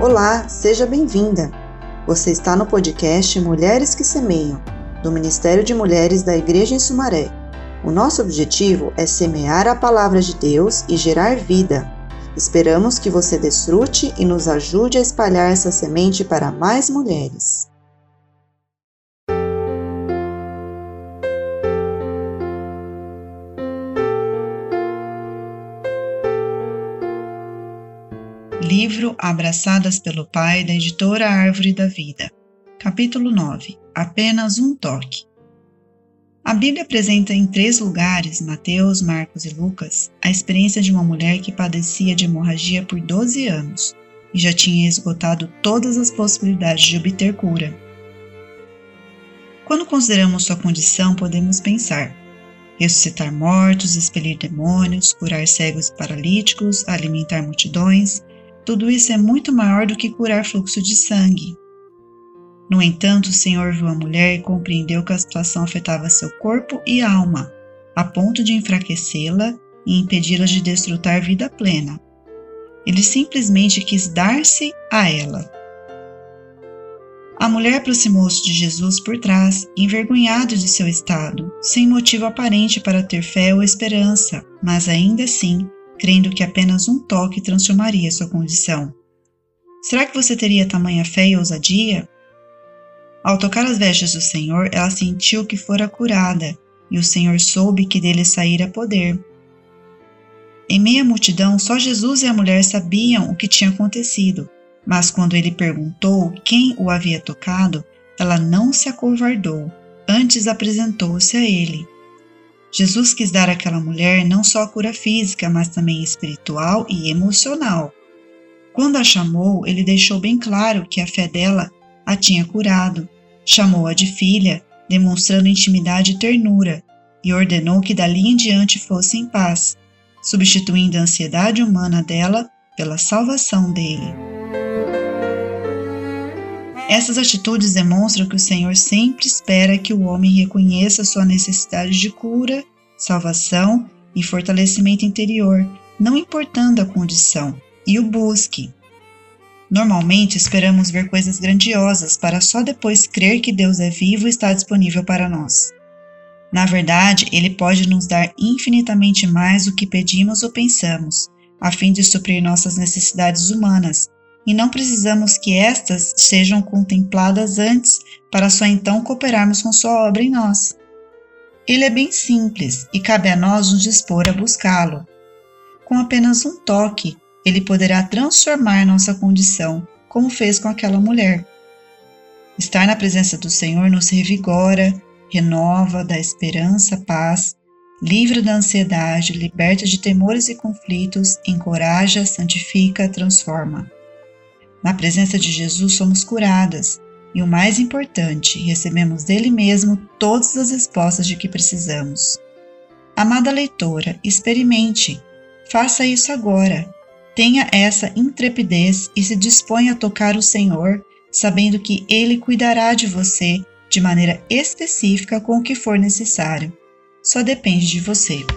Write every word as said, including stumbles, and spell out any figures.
Olá, seja bem-vinda! Você está no podcast Mulheres que Semeiam, do Ministério de Mulheres da Igreja em Sumaré. O nosso objetivo é semear a palavra de Deus e gerar vida. Esperamos que você desfrute e nos ajude a espalhar essa semente para mais mulheres. Livro Abraçadas pelo Pai, da editora Árvore da Vida. Capítulo nove. Apenas um toque. A Bíblia apresenta em três lugares, Mateus, Marcos e Lucas, a experiência de uma mulher que padecia de hemorragia por doze anos e já tinha esgotado todas as possibilidades de obter cura. Quando consideramos sua condição, podemos pensar: ressuscitar mortos, expelir demônios, curar cegos e paralíticos, alimentar multidões. Tudo isso é muito maior do que curar fluxo de sangue. No entanto, o Senhor viu a mulher e compreendeu que a situação afetava seu corpo e alma, a ponto de enfraquecê-la e impedi-la de desfrutar vida plena. Ele simplesmente quis dar-se a ela. A mulher aproximou-se de Jesus por trás, envergonhada de seu estado, sem motivo aparente para ter fé ou esperança, mas ainda assim, crendo que apenas um toque transformaria sua condição. Será que você teria tamanha fé e ousadia? Ao tocar as vestes do Senhor, ela sentiu que fora curada, e o Senhor soube que dele saíra poder. Em meia multidão, só Jesus e a mulher sabiam o que tinha acontecido, mas quando ele perguntou quem o havia tocado, ela não se acovardou, antes apresentou-se a ele. Jesus quis dar àquela mulher não só a cura física, mas também espiritual e emocional. Quando a chamou, ele deixou bem claro que a fé dela a tinha curado. Chamou-a de filha, demonstrando intimidade e ternura, e ordenou que dali em diante fosse em paz, substituindo a ansiedade humana dela pela salvação dele. Essas atitudes demonstram que o Senhor sempre espera que o homem reconheça sua necessidade de cura, salvação e fortalecimento interior, não importando a condição, e o busque. Normalmente esperamos ver coisas grandiosas para só depois crer que Deus é vivo e está disponível para nós. Na verdade, Ele pode nos dar infinitamente mais do que pedimos ou pensamos, a fim de suprir nossas necessidades humanas, e não precisamos que estas sejam contempladas antes para só então cooperarmos com sua obra em nós. Ele é bem simples e cabe a nós nos dispor a buscá-lo. Com apenas um toque, ele poderá transformar nossa condição, como fez com aquela mulher. Estar na presença do Senhor nos revigora, renova, dá esperança, paz, livra da ansiedade, liberta de temores e conflitos, encoraja, santifica, transforma. Na presença de Jesus somos curadas e, o mais importante, recebemos dele mesmo todas as respostas de que precisamos. Amada leitora, experimente, faça isso agora. Tenha essa intrepidez e se disponha a tocar o Senhor, sabendo que Ele cuidará de você de maneira específica com o que for necessário. Só depende de você.